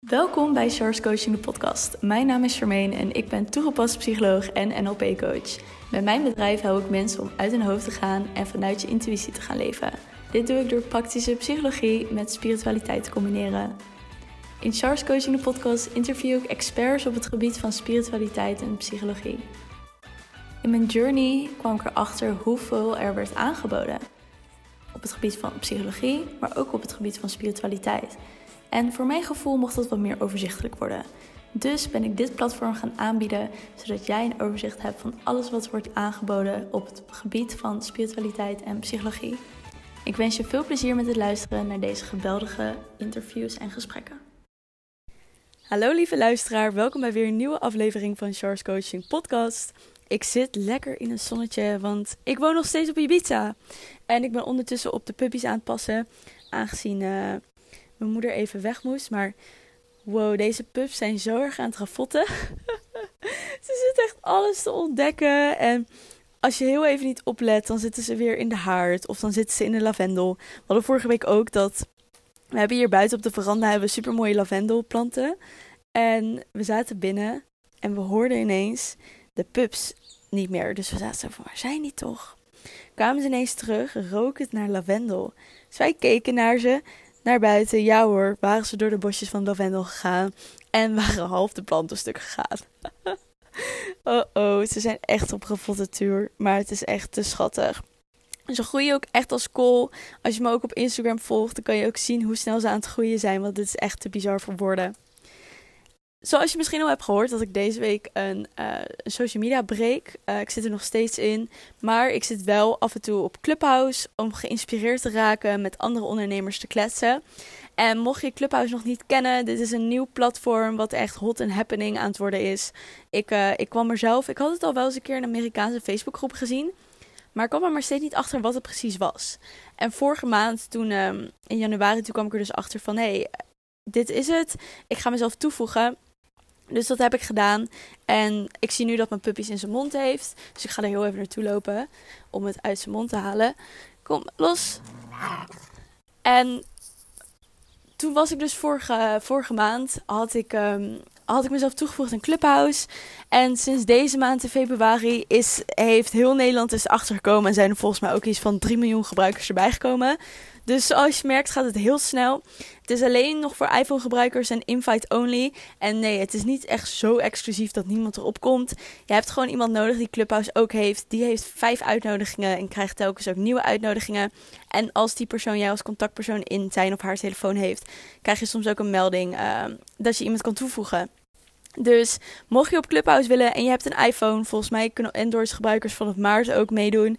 Welkom bij Char's Coaching, de podcast. Mijn naam is Charmaine en ik ben toegepast psycholoog en NLP-coach. Met mijn bedrijf help ik mensen om uit hun hoofd te gaan en vanuit je intuïtie te gaan leven. Dit doe ik door praktische psychologie met spiritualiteit te combineren. In Char's Coaching, de podcast, interview ik experts op het gebied van spiritualiteit en psychologie. In mijn journey kwam ik erachter hoeveel er werd aangeboden. Op het gebied van psychologie, maar ook op het gebied van spiritualiteit. En voor mijn gevoel mocht dat wat meer overzichtelijk worden. Dus ben ik dit platform gaan aanbieden, zodat jij een overzicht hebt van alles wat wordt aangeboden op het gebied van spiritualiteit en psychologie. Ik wens je veel plezier met het luisteren naar deze geweldige interviews en gesprekken. Hallo lieve luisteraar, welkom bij weer een nieuwe aflevering van Char's Coaching podcast. Ik zit lekker in een zonnetje, want ik woon nog steeds op Ibiza. En ik ben ondertussen op de puppies aan het passen, aangezien mijn moeder even weg moest. Maar wow, deze pups zijn zo erg aan het ravotten. Ze zitten echt alles te ontdekken. En als je heel even niet oplet, dan zitten ze weer in de haard. Of dan zitten ze in de lavendel. We hadden vorige week ook dat... We hebben hier buiten op de veranda hebben we super mooie lavendelplanten. En we zaten binnen en we hoorden ineens de pups niet meer. Dus we zaten zo van, waar zijn die toch? Kwamen ze ineens terug, rook het naar lavendel. Dus wij keken naar ze, naar buiten. Ja hoor, waren ze door de bosjes van lavendel gegaan. En waren half de planten stuk gegaan. Oh, ze zijn echt op gevottetuur. Maar het is echt te schattig. Ze groeien ook echt als kool. Als je me ook op Instagram volgt, dan kan je ook zien hoe snel ze aan het groeien zijn. Want dit is echt te bizar voor woorden. Zoals je misschien al hebt gehoord, dat ik deze week een social media break. Ik zit er nog steeds in. Maar ik zit wel af en toe op Clubhouse om geïnspireerd te raken met andere ondernemers te kletsen. En mocht je Clubhouse nog niet kennen, dit is een nieuw platform wat echt hot and happening aan het worden is. Ik kwam er zelf, ik had het al wel eens een keer in een Amerikaanse Facebookgroep gezien. Maar ik kwam er maar steeds niet achter wat het precies was. En vorige maand, toen in januari, toen kwam ik er dus achter van... Hé, dit is het. Ik ga mezelf toevoegen. Dus dat heb ik gedaan. En ik zie nu dat mijn puppies in zijn mond heeft. Dus ik ga er heel even naartoe lopen om het uit zijn mond te halen. Kom, los. En toen was ik dus vorige maand, had ik mezelf toegevoegd aan Clubhouse. En sinds deze maand in februari heeft heel Nederland dus achtergekomen. En zijn er volgens mij ook iets van 3 miljoen gebruikers erbij gekomen. Dus zoals je merkt gaat het heel snel. Het is alleen nog voor iPhone gebruikers en invite only. En nee, het is niet echt zo exclusief dat niemand erop komt. Je hebt gewoon iemand nodig die Clubhouse ook heeft. Die heeft 5 uitnodigingen en krijgt telkens ook nieuwe uitnodigingen. En als die persoon jij als contactpersoon in zijn of haar telefoon heeft, krijg je soms ook een melding dat je iemand kan toevoegen. Dus mocht je op Clubhouse willen en je hebt een iPhone, volgens mij kunnen Android-gebruikers vanaf maart ook meedoen.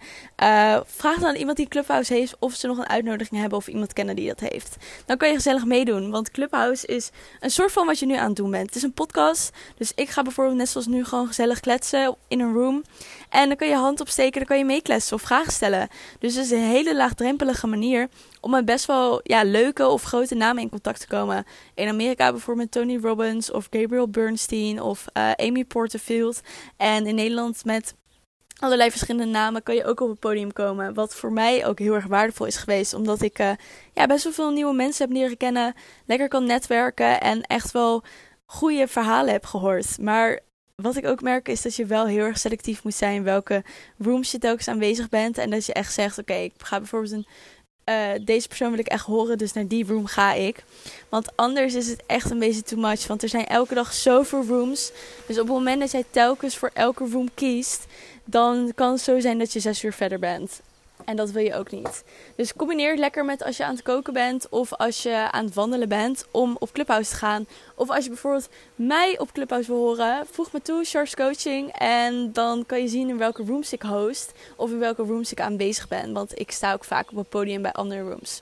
Vraag dan aan iemand die Clubhouse heeft of ze nog een uitnodiging hebben of iemand kennen die dat heeft. Dan kan je gezellig meedoen, want Clubhouse is een soort van wat je nu aan het doen bent. Het is een podcast, dus ik ga bijvoorbeeld net zoals nu gewoon gezellig kletsen in een room. En dan kan je hand opsteken, dan kan je meekletsen of vragen stellen. Dus het is een hele laagdrempelige manier om met best wel leuke of grote namen in contact te komen. In Amerika bijvoorbeeld Tony Robbins of Gabriel Bernstein of Amy Porterfield. En in Nederland met allerlei verschillende namen kan je ook op het podium komen. Wat voor mij ook heel erg waardevol is geweest. Omdat ik best wel veel nieuwe mensen heb leren kennen. Lekker kan netwerken en echt wel goede verhalen heb gehoord. Maar wat ik ook merk is dat je wel heel erg selectief moet zijn welke rooms je telkens aanwezig bent. En dat je echt zegt, oké, ik ga bijvoorbeeld deze persoon wil ik echt horen, dus naar die room ga ik. Want anders is het echt een beetje too much. Want er zijn elke dag zoveel rooms. Dus op het moment dat jij telkens voor elke room kiest, dan kan het zo zijn dat je 6 uur verder bent. En dat wil je ook niet. Dus combineer het lekker met als je aan het koken bent of als je aan het wandelen bent om op Clubhouse te gaan. Of als je bijvoorbeeld mij op Clubhouse wil horen, voeg me toe, Char's Coaching. En dan kan je zien in welke rooms ik host of in welke rooms ik aanwezig ben. Want ik sta ook vaak op het podium bij andere rooms.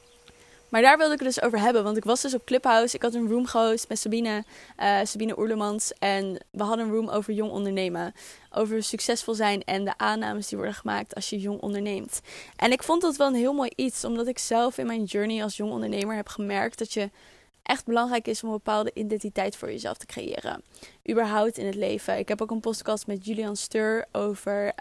Maar daar wilde ik het dus over hebben, want ik was dus op Clubhouse. Ik had een room gehost met Sabine Oerlemans. En we hadden een room over jong ondernemen. Over succesvol zijn en de aannames die worden gemaakt als je jong onderneemt. En ik vond dat wel een heel mooi iets, omdat ik zelf in mijn journey als jong ondernemer heb gemerkt dat je echt belangrijk is om een bepaalde identiteit voor jezelf te creëren. Überhaupt in het leven. Ik heb ook een podcast met Julian Steur over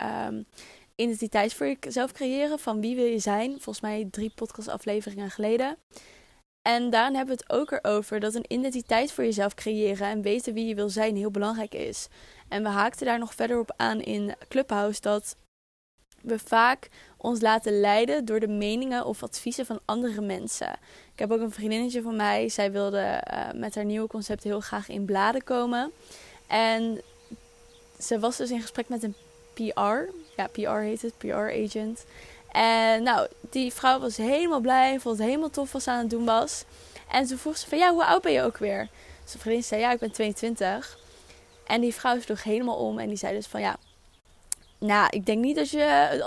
identiteit voor jezelf creëren. Van wie wil je zijn? Volgens mij 3 podcastafleveringen geleden. En daarin hebben we het ook erover dat een identiteit voor jezelf creëren en weten wie je wil zijn heel belangrijk is. En we haakten daar nog verder op aan in Clubhouse dat we vaak ons laten leiden door de meningen of adviezen van andere mensen. Ik heb ook een vriendinnetje van mij, zij wilde met haar nieuwe concept heel graag in bladen komen. En ze was dus in gesprek met een PR. Ja, PR heet het, PR-agent. En nou, die vrouw was helemaal blij, vond het helemaal tof wat ze aan het doen was. En toen vroeg ze van, ja, hoe oud ben je ook weer? Dus de vriendin zei, ja, ik ben 22. En die vrouw sloeg helemaal om en die zei dus van, ja, nou, ik denk niet dat je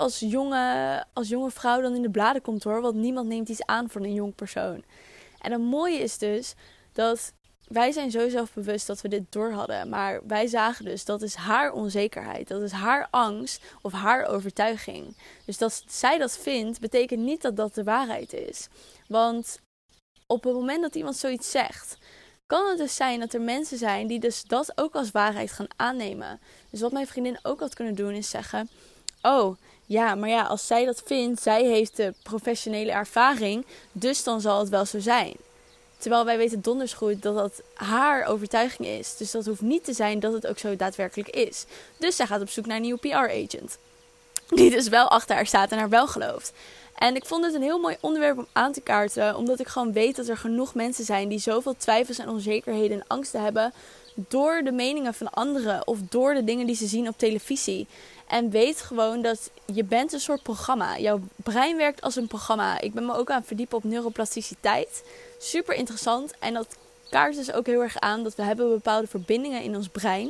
als jonge vrouw dan in de bladen komt hoor. Want niemand neemt iets aan voor een jong persoon. En het mooie is dus dat wij zijn zo zelfbewust dat we dit door hadden. Maar wij zagen dus, dat is haar onzekerheid. Dat is haar angst of haar overtuiging. Dus dat zij dat vindt, betekent niet dat dat de waarheid is. Want op het moment dat iemand zoiets zegt, kan het dus zijn dat er mensen zijn die dus dat ook als waarheid gaan aannemen. Dus wat mijn vriendin ook had kunnen doen is zeggen, oh, ja, maar ja, als zij dat vindt, zij heeft de professionele ervaring, dus dan zal het wel zo zijn. Terwijl wij weten donders goed dat dat haar overtuiging is. Dus dat hoeft niet te zijn dat het ook zo daadwerkelijk is. Dus zij gaat op zoek naar een nieuwe PR-agent. Die dus wel achter haar staat en haar wel gelooft. En ik vond het een heel mooi onderwerp om aan te kaarten. Omdat ik gewoon weet dat er genoeg mensen zijn die zoveel twijfels en onzekerheden en angsten hebben. Door de meningen van anderen of door de dingen die ze zien op televisie. En weet gewoon dat je bent een soort programma. Jouw brein werkt als een programma. Ik ben me ook aan het verdiepen op neuroplasticiteit. Super interessant. En dat kaart dus ook heel erg aan dat we hebben bepaalde verbindingen in ons brein.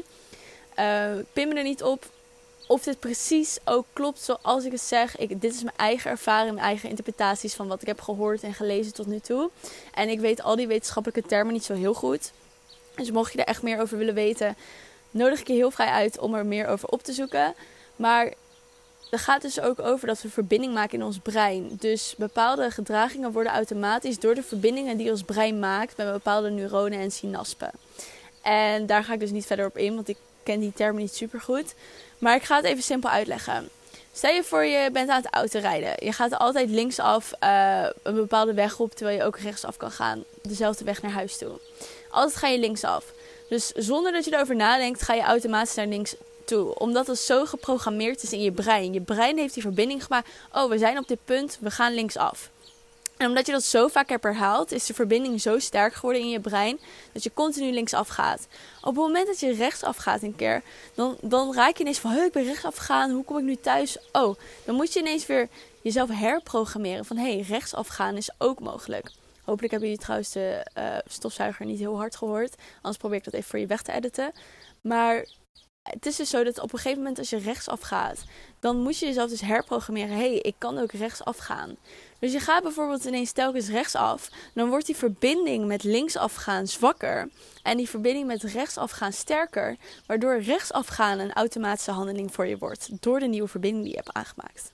Pin me er niet op of dit precies ook klopt zoals ik het zeg. Dit is mijn eigen ervaring, mijn eigen interpretaties van wat ik heb gehoord en gelezen tot nu toe. En ik weet al die wetenschappelijke termen niet zo heel goed. Dus mocht je er echt meer over willen weten, nodig ik je heel vrij uit om er meer over op te zoeken. Maar er gaat dus ook over dat we verbinding maken in ons brein. Dus bepaalde gedragingen worden automatisch door de verbindingen die ons brein maakt met bepaalde neuronen en synapsen. En daar ga ik dus niet verder op in, want ik ken die termen niet super goed. Maar ik ga het even simpel uitleggen. Stel je voor je bent aan het autorijden. Je gaat altijd linksaf een bepaalde weg op, terwijl je ook rechtsaf kan gaan. Dezelfde weg naar huis toe. Altijd ga je linksaf. Dus zonder dat je erover nadenkt, ga je automatisch naar links toe. Omdat het zo geprogrammeerd is in je brein. Je brein heeft die verbinding gemaakt. Oh, we zijn op dit punt, we gaan linksaf. En omdat je dat zo vaak hebt herhaald, is de verbinding zo sterk geworden in je brein dat je continu linksaf gaat. Op het moment dat je rechtsaf gaat een keer, dan raak je ineens van, ik ben rechtsaf gegaan, hoe kom ik nu thuis? Oh, dan moet je ineens weer jezelf herprogrammeren van, rechtsaf gaan is ook mogelijk. Hopelijk hebben jullie trouwens de stofzuiger niet heel hard gehoord. Anders probeer ik dat even voor je weg te editen. Maar het is dus zo dat op een gegeven moment als je rechtsaf gaat, dan moet je jezelf dus herprogrammeren. Ik kan ook rechtsaf gaan. Dus je gaat bijvoorbeeld ineens telkens rechtsaf. Dan wordt die verbinding met linksaf gaan zwakker. En die verbinding met rechtsaf gaan sterker. Waardoor rechtsaf gaan een automatische handeling voor je wordt. Door de nieuwe verbinding die je hebt aangemaakt.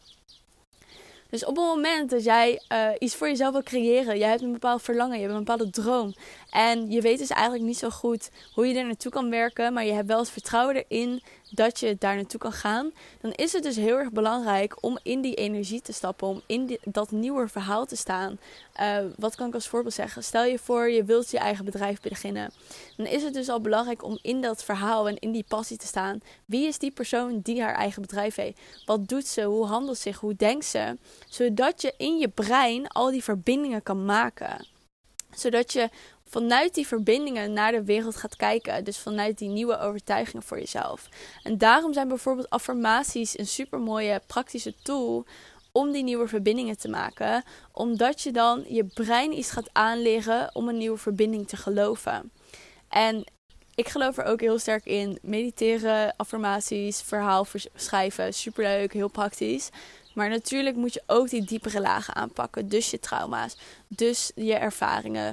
Dus op het moment dat jij iets voor jezelf wil creëren, jij hebt een bepaald verlangen, je hebt een bepaalde droom. En je weet dus eigenlijk niet zo goed hoe je er naartoe kan werken, maar je hebt wel het vertrouwen erin dat je daar naartoe kan gaan. Dan is het dus heel erg belangrijk om in die energie te stappen, om in dat nieuwe verhaal te staan. Wat kan ik als voorbeeld zeggen? Stel je voor, je wilt je eigen bedrijf beginnen. Dan is het dus al belangrijk om in dat verhaal en in die passie te staan. Wie is die persoon die haar eigen bedrijf heeft? Wat doet ze? Hoe handelt ze zich? Hoe denkt ze? Zodat je in je brein al die verbindingen kan maken. Zodat je vanuit die verbindingen naar de wereld gaat kijken. Dus vanuit die nieuwe overtuigingen voor jezelf. En daarom zijn bijvoorbeeld affirmaties een supermooie praktische tool om die nieuwe verbindingen te maken. Omdat je dan je brein iets gaat aanleren om een nieuwe verbinding te geloven. En ik geloof er ook heel sterk in. Mediteren, affirmaties, verhaal schrijven. Superleuk, heel praktisch. Maar natuurlijk moet je ook die diepere lagen aanpakken. Dus je trauma's. Dus je ervaringen.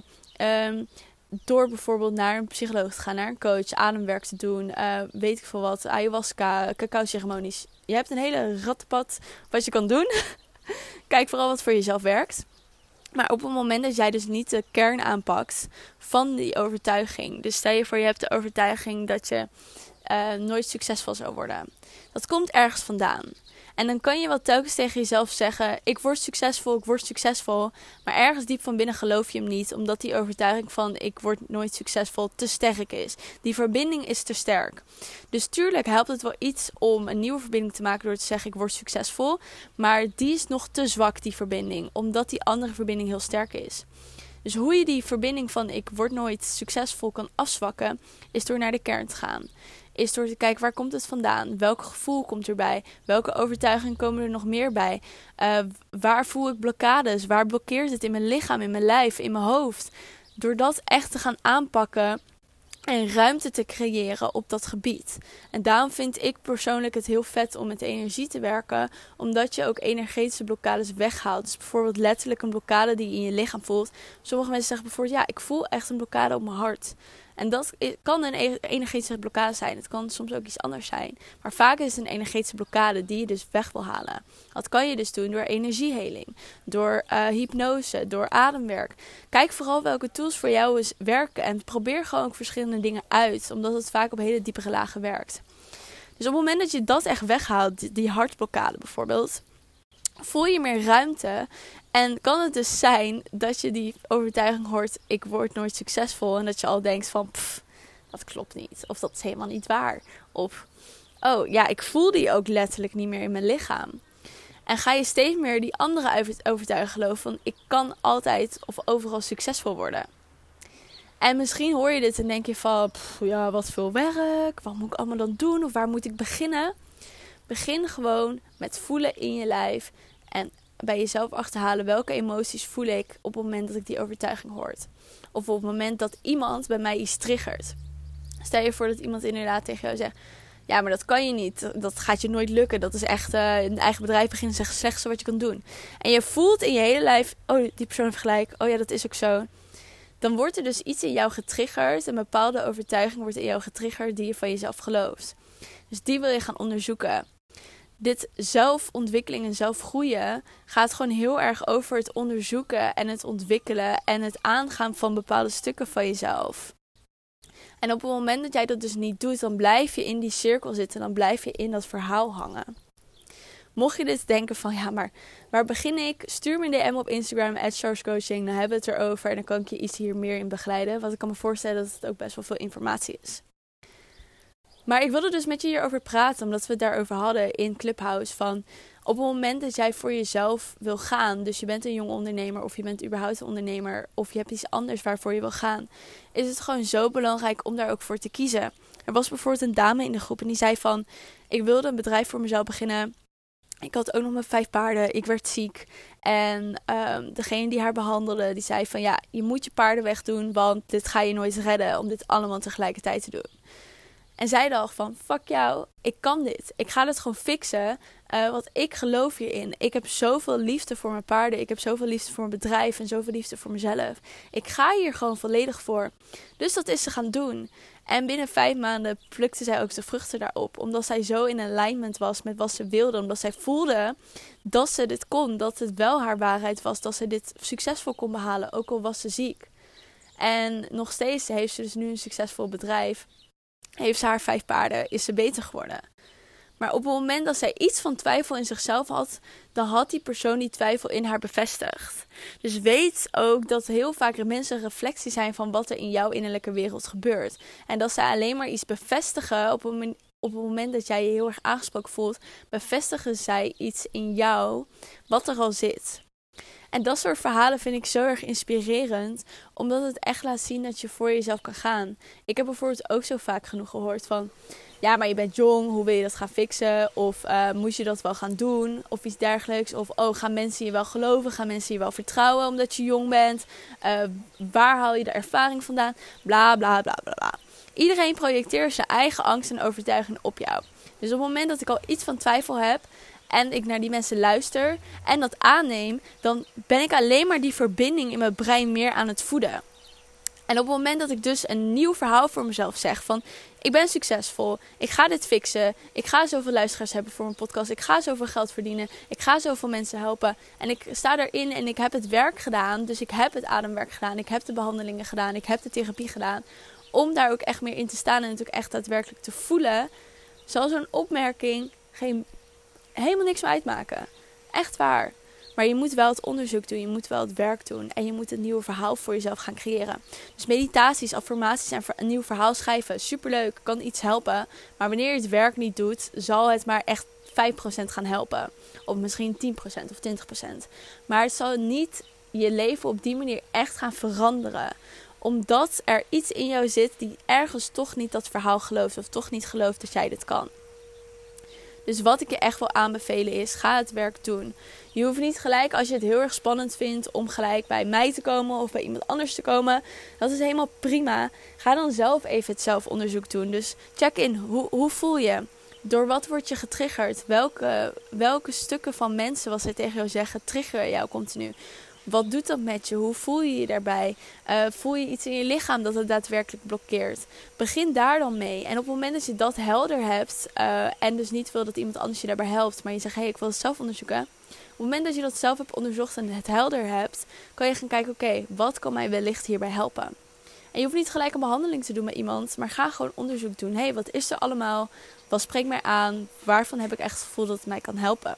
Door bijvoorbeeld naar een psycholoog te gaan, naar een coach, ademwerk te doen, weet ik veel wat, ayahuasca, cacao-ceremonies. Je hebt een hele rattenpad wat je kan doen. Kijk vooral wat voor jezelf werkt. Maar op het moment dat jij dus niet de kern aanpakt van die overtuiging. Dus stel je voor, je hebt de overtuiging dat je nooit succesvol zou worden. Dat komt ergens vandaan. En dan kan je wel telkens tegen jezelf zeggen, ik word succesvol. Maar ergens diep van binnen geloof je hem niet, omdat die overtuiging van ik word nooit succesvol te sterk is. Die verbinding is te sterk. Dus tuurlijk helpt het wel iets om een nieuwe verbinding te maken door te zeggen, ik word succesvol. Maar die is nog te zwak, die verbinding, omdat die andere verbinding heel sterk is. Dus hoe je die verbinding van ik word nooit succesvol kan afzwakken, is door naar de kern te gaan. Is door te kijken, waar komt het vandaan? Welk gevoel komt erbij? Welke overtuigingen komen er nog meer bij? Waar voel ik blokkades? Waar blokkeert het in mijn lichaam, in mijn lijf, in mijn hoofd? Door dat echt te gaan aanpakken en ruimte te creëren op dat gebied. En daarom vind ik persoonlijk het heel vet om met energie te werken. Omdat je ook energetische blokkades weghaalt. Dus bijvoorbeeld letterlijk een blokkade die je in je lichaam voelt. Sommige mensen zeggen bijvoorbeeld, ja, ik voel echt een blokkade op mijn hart. En dat kan een energetische blokkade zijn. Het kan soms ook iets anders zijn. Maar vaak is het een energetische blokkade die je dus weg wil halen. Dat kan je dus doen door energieheling, door hypnose, door ademwerk. Kijk vooral welke tools voor jou werken. En probeer gewoon ook verschillende dingen uit. Omdat het vaak op hele diepere lagen werkt. Dus op het moment dat je dat echt weghaalt, die hartblokkade bijvoorbeeld, voel je meer ruimte. En kan het dus zijn dat je die overtuiging hoort, ik word nooit succesvol. En dat je al denkt van, dat klopt niet. Of dat is helemaal niet waar. Of, oh ja, ik voel die ook letterlijk niet meer in mijn lichaam. En ga je steeds meer die andere overtuiging geloven van, ik kan altijd of overal succesvol worden. En misschien hoor je dit en denk je van, ja, wat veel werk. Wat moet ik allemaal dan doen? Of waar moet ik beginnen? Begin gewoon met voelen in je lijf. En bij jezelf achterhalen welke emoties voel ik op het moment dat ik die overtuiging hoort. Of op het moment dat iemand bij mij iets triggert. Stel je voor dat iemand inderdaad tegen jou zegt, ja, maar dat kan je niet. Dat gaat je nooit lukken. Dat is echt een eigen bedrijf beginnen is het slechtste wat je kan doen. En je voelt in je hele lijf, oh, die persoon heeft gelijk. Oh ja, dat is ook zo. Dan wordt er dus iets in jou getriggerd. Een bepaalde overtuiging wordt in jou getriggerd die je van jezelf gelooft. Dus die wil je gaan onderzoeken. Dit zelfontwikkeling en zelfgroeien gaat gewoon heel erg over het onderzoeken en het ontwikkelen en het aangaan van bepaalde stukken van jezelf. En op het moment dat jij dat dus niet doet, dan blijf je in die cirkel zitten. Dan blijf je in dat verhaal hangen. Mocht je dit denken van, ja, maar waar begin ik? Stuur me een DM op Instagram, @charscoaching. Dan hebben we het erover en dan kan ik je iets hier meer in begeleiden. Want ik kan me voorstellen dat het ook best wel veel informatie is. Maar ik wilde dus met je hierover praten, omdat we het daarover hadden in Clubhouse. Van op het moment dat jij voor jezelf wil gaan, dus je bent een jong ondernemer of je bent überhaupt een ondernemer of je hebt iets anders waarvoor je wil gaan, is het gewoon zo belangrijk om daar ook voor te kiezen. Er was bijvoorbeeld een dame in de groep en die zei van, ik wilde een bedrijf voor mezelf beginnen. Ik had ook nog mijn 5 paarden, ik werd ziek. En degene die haar behandelde, die zei van, ja, je moet je paarden wegdoen, want dit ga je nooit redden om dit allemaal tegelijkertijd te doen. En zij dacht van, fuck jou, ik kan dit. Ik ga dit gewoon fixen, want ik geloof hierin. Ik heb zoveel liefde voor mijn paarden. Ik heb zoveel liefde voor mijn bedrijf en zoveel liefde voor mezelf. Ik ga hier gewoon volledig voor. Dus dat is ze gaan doen. En binnen 5 maanden plukte zij ook de vruchten daarop. Omdat zij zo in alignment was met wat ze wilde. Omdat zij voelde dat ze dit kon. Dat het wel haar waarheid was. Dat ze dit succesvol kon behalen. Ook al was ze ziek. En nog steeds heeft ze dus nu een succesvol bedrijf. Heeft ze haar 5 paarden, is ze beter geworden. Maar op het moment dat zij iets van twijfel in zichzelf had, dan had die persoon die twijfel in haar bevestigd. Dus weet ook dat heel vaak mensen een reflectie zijn van wat er in jouw innerlijke wereld gebeurt. En dat zij alleen maar iets bevestigen op het moment dat jij je heel erg aangesproken voelt, bevestigen zij iets in jou wat er al zit. En dat soort verhalen vind ik zo erg inspirerend, omdat het echt laat zien dat je voor jezelf kan gaan. Ik heb bijvoorbeeld ook zo vaak genoeg gehoord van, ja, maar je bent jong, hoe wil je dat gaan fixen? Of moet je dat wel gaan doen? Of iets dergelijks. Of, oh, gaan mensen je wel geloven? Gaan mensen je wel vertrouwen omdat je jong bent? Waar haal je de ervaring vandaan? Bla, bla, bla, bla, bla. Iedereen projecteert zijn eigen angst en overtuiging op jou. Dus op het moment dat ik al iets van twijfel heb en ik naar die mensen luister en dat aanneem, dan ben ik alleen maar die verbinding in mijn brein meer aan het voeden. En op het moment dat ik dus een nieuw verhaal voor mezelf zeg van, ik ben succesvol, ik ga dit fixen, ik ga zoveel luisteraars hebben voor mijn podcast, ik ga zoveel geld verdienen, ik ga zoveel mensen helpen en ik sta erin en ik heb het werk gedaan, dus ik heb het ademwerk gedaan, ik heb de behandelingen gedaan, ik heb de therapie gedaan, om daar ook echt meer in te staan en het ook echt daadwerkelijk te voelen, zal zo'n opmerking geen helemaal niks meer uitmaken. Echt waar. Maar je moet wel het onderzoek doen. Je moet wel het werk doen. En je moet een nieuw verhaal voor jezelf gaan creëren. Dus meditaties, affirmaties en een nieuw verhaal schrijven. Superleuk. Kan iets helpen. Maar wanneer je het werk niet doet, zal het maar echt 5% gaan helpen. Of misschien 10% of 20%. Maar het zal niet je leven op die manier echt gaan veranderen. Omdat er iets in jou zit die ergens toch niet dat verhaal gelooft. Of toch niet gelooft dat jij dit kan. Dus wat ik je echt wil aanbevelen is, ga het werk doen. Je hoeft niet gelijk, als je het heel erg spannend vindt, om gelijk bij mij te komen of bij iemand anders te komen. Dat is helemaal prima. Ga dan zelf even het zelfonderzoek doen. Dus check in, hoe voel je? Door wat word je getriggerd? Welke stukken van mensen, wat zij tegen jou zeggen, triggeren jou continu? Wat doet dat met je? Hoe voel je je daarbij? Voel je iets in je lichaam dat het daadwerkelijk blokkeert? Begin daar dan mee. En op het moment dat je dat helder hebt, en dus niet wil dat iemand anders je daarbij helpt, maar je zegt, ik wil het zelf onderzoeken. Op het moment dat je dat zelf hebt onderzocht en het helder hebt, kan je gaan kijken, oké, wat kan mij wellicht hierbij helpen? En je hoeft niet gelijk een behandeling te doen met iemand, maar ga gewoon onderzoek doen. Wat is er allemaal? Wat spreekt mij aan? Waarvan heb ik echt het gevoel dat het mij kan helpen?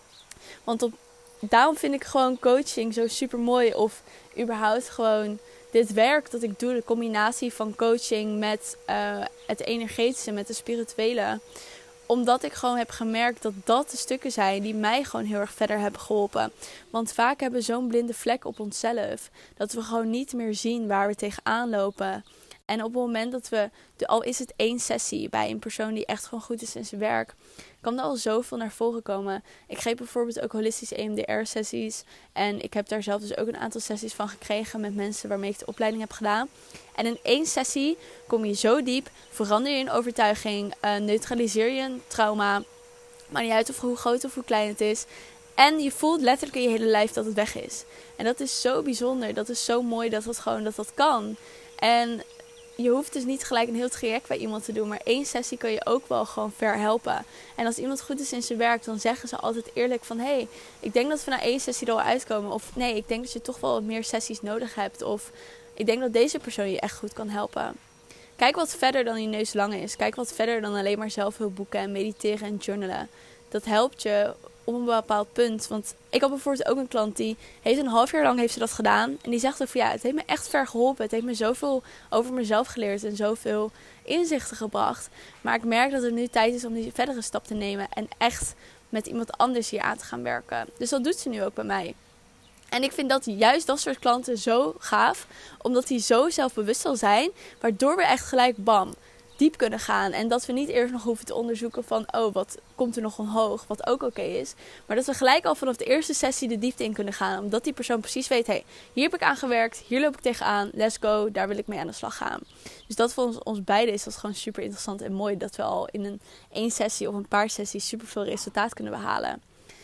Want daarom vind ik gewoon coaching zo super mooi. Of überhaupt gewoon dit werk dat ik doe. De combinatie van coaching met het energetische, met de spirituele. Omdat ik gewoon heb gemerkt dat de stukken zijn die mij gewoon heel erg verder hebben geholpen. Want vaak hebben we zo'n blinde vlek op onszelf. Dat we gewoon niet meer zien waar we tegenaan lopen. En op het moment dat al is het 1 sessie bij een persoon die echt gewoon goed is in zijn werk, kan er al zoveel naar voren komen. Ik geef bijvoorbeeld ook holistische EMDR-sessies. En ik heb daar zelf dus ook een aantal sessies van gekregen met mensen waarmee ik de opleiding heb gedaan. En in 1 sessie kom je zo diep, verander je een overtuiging, neutraliseer je een trauma. Maar niet uit of hoe groot of hoe klein het is. En je voelt letterlijk in je hele lijf dat het weg is. En dat is zo bijzonder. Dat is zo mooi dat kan. En je hoeft dus niet gelijk een heel traject bij iemand te doen. Maar 1 sessie kan je ook wel gewoon ver helpen. En als iemand goed is in zijn werk, dan zeggen ze altijd eerlijk van, ik denk dat we na 1 sessie er al uitkomen. Of nee, ik denk dat je toch wel wat meer sessies nodig hebt. Of ik denk dat deze persoon je echt goed kan helpen. Kijk wat verder dan je neus lang is. Kijk wat verder dan alleen maar zelfhulpboeken en mediteren en journalen. Dat helpt je op een bepaald punt. Want ik had bijvoorbeeld ook een klant die heeft een half jaar lang heeft ze dat gedaan. En die zegt ook van het heeft me echt ver geholpen. Het heeft me zoveel over mezelf geleerd en zoveel inzichten gebracht. Maar ik merk dat het nu tijd is om die verdere stap te nemen. En echt met iemand anders hier aan te gaan werken. Dus dat doet ze nu ook bij mij. En ik vind dat juist dat soort klanten zo gaaf. Omdat die zo zelfbewust al zijn. Waardoor we echt gelijk diep kunnen gaan. En dat we niet eerst nog hoeven te onderzoeken van, wat komt er nog omhoog, wat ook oké is. Maar dat we gelijk al vanaf de eerste sessie de diepte in kunnen gaan. Omdat die persoon precies weet, hier heb ik aan gewerkt, hier loop ik tegenaan, let's go, daar wil ik mee aan de slag gaan. Dus dat voor ons beiden is dat gewoon super interessant en mooi. Dat we al in 1 sessie of een paar sessies super veel resultaat kunnen behalen.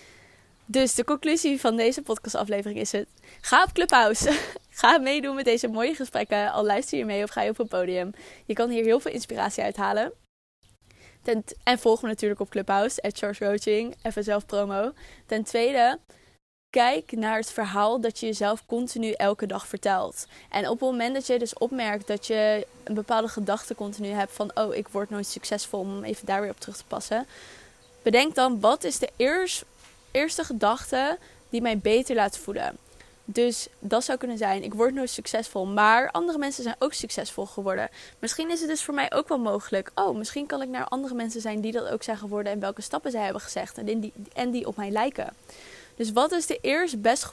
Dus de conclusie van deze podcastaflevering is ga op Clubhouse. Ga meedoen met deze mooie gesprekken. Al luister je mee of ga je op een podium. Je kan hier heel veel inspiratie uithalen. En volg me natuurlijk op Clubhouse. @CharlesCoaching. Even zelf promo. Ten tweede, kijk naar het verhaal dat je jezelf continu elke dag vertelt. En op het moment dat je dus opmerkt dat je een bepaalde gedachte continu hebt van, ik word nooit succesvol, om even daar weer op terug te passen. Bedenk dan, wat is de eerste gedachte die mij beter laat voelen? Dus dat zou kunnen zijn, ik word nooit succesvol, maar andere mensen zijn ook succesvol geworden. Misschien is het dus voor mij ook wel mogelijk. Misschien kan ik naar andere mensen zijn die dat ook zijn geworden en welke stappen zij hebben gezegd en die op mij lijken. Dus wat is de eerst best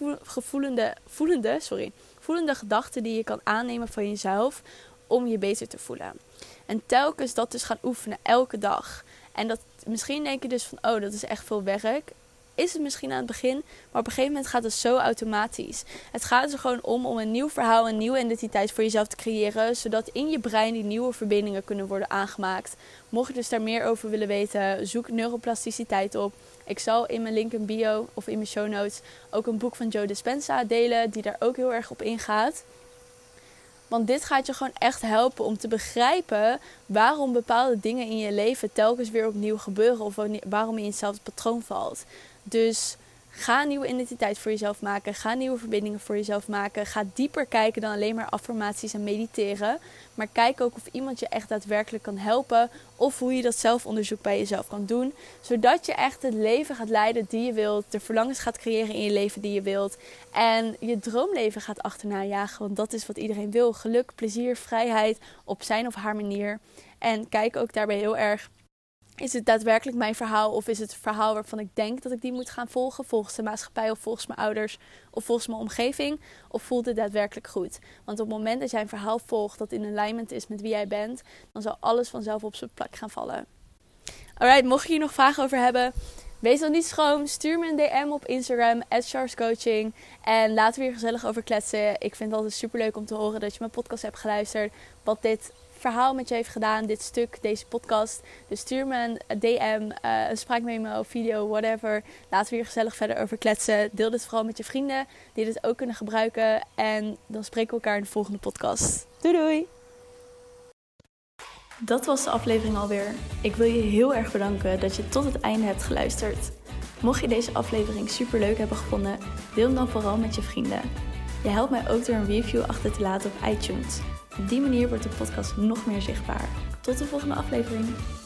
voelende gedachte die je kan aannemen van jezelf om je beter te voelen? En telkens dat dus gaan oefenen, elke dag. En misschien denk je dus van, dat is echt veel werk. Is het misschien aan het begin, maar op een gegeven moment gaat het zo automatisch. Het gaat er gewoon om een nieuw verhaal, een nieuwe identiteit voor jezelf te creëren, zodat in je brein die nieuwe verbindingen kunnen worden aangemaakt. Mocht je dus daar meer over willen weten, zoek neuroplasticiteit op. Ik zal in mijn link in bio of in mijn show notes ook een boek van Joe Dispenza delen, die daar ook heel erg op ingaat. Want dit gaat je gewoon echt helpen om te begrijpen waarom bepaalde dingen in je leven telkens weer opnieuw gebeuren. Of waarom je in hetzelfde patroon valt. Dus Ga een nieuwe identiteit voor jezelf maken. Ga nieuwe verbindingen voor jezelf maken. Ga dieper kijken dan alleen maar affirmaties en mediteren. Maar kijk ook of iemand je echt daadwerkelijk kan helpen. Of hoe je dat zelfonderzoek bij jezelf kan doen. Zodat je echt het leven gaat leiden die je wilt. De verlangens gaat creëren in je leven die je wilt. En je droomleven gaat achterna jagen. Want dat is wat iedereen wil. Geluk, plezier, vrijheid op zijn of haar manier. En kijk ook daarbij heel erg. Is het daadwerkelijk mijn verhaal of is het het verhaal waarvan ik denk dat ik die moet gaan volgen? Volgens de maatschappij of volgens mijn ouders of volgens mijn omgeving? Of voelt het daadwerkelijk goed? Want op het moment dat jij een verhaal volgt dat in alignment is met wie jij bent, dan zal alles vanzelf op zijn plek gaan vallen. Alright, mocht je hier nog vragen over hebben, wees dan niet schroom. Stuur me een DM op Instagram, @charscoaching. En laten we hier gezellig over kletsen. Ik vind het altijd superleuk om te horen dat je mijn podcast hebt geluisterd. Wat dit verhaal met je heeft gedaan, dit stuk, deze podcast. Dus stuur me een DM, een spraakmemo, video, whatever. Laten we hier gezellig verder over kletsen. Deel dit vooral met je vrienden die dit ook kunnen gebruiken. En dan spreken we elkaar in de volgende podcast. Doei doei! Dat was de aflevering alweer. Ik wil je heel erg bedanken dat je tot het einde hebt geluisterd. Mocht je deze aflevering superleuk hebben gevonden, deel hem dan vooral met je vrienden. Je helpt mij ook door een review achter te laten op iTunes. Op die manier wordt de podcast nog meer zichtbaar. Tot de volgende aflevering.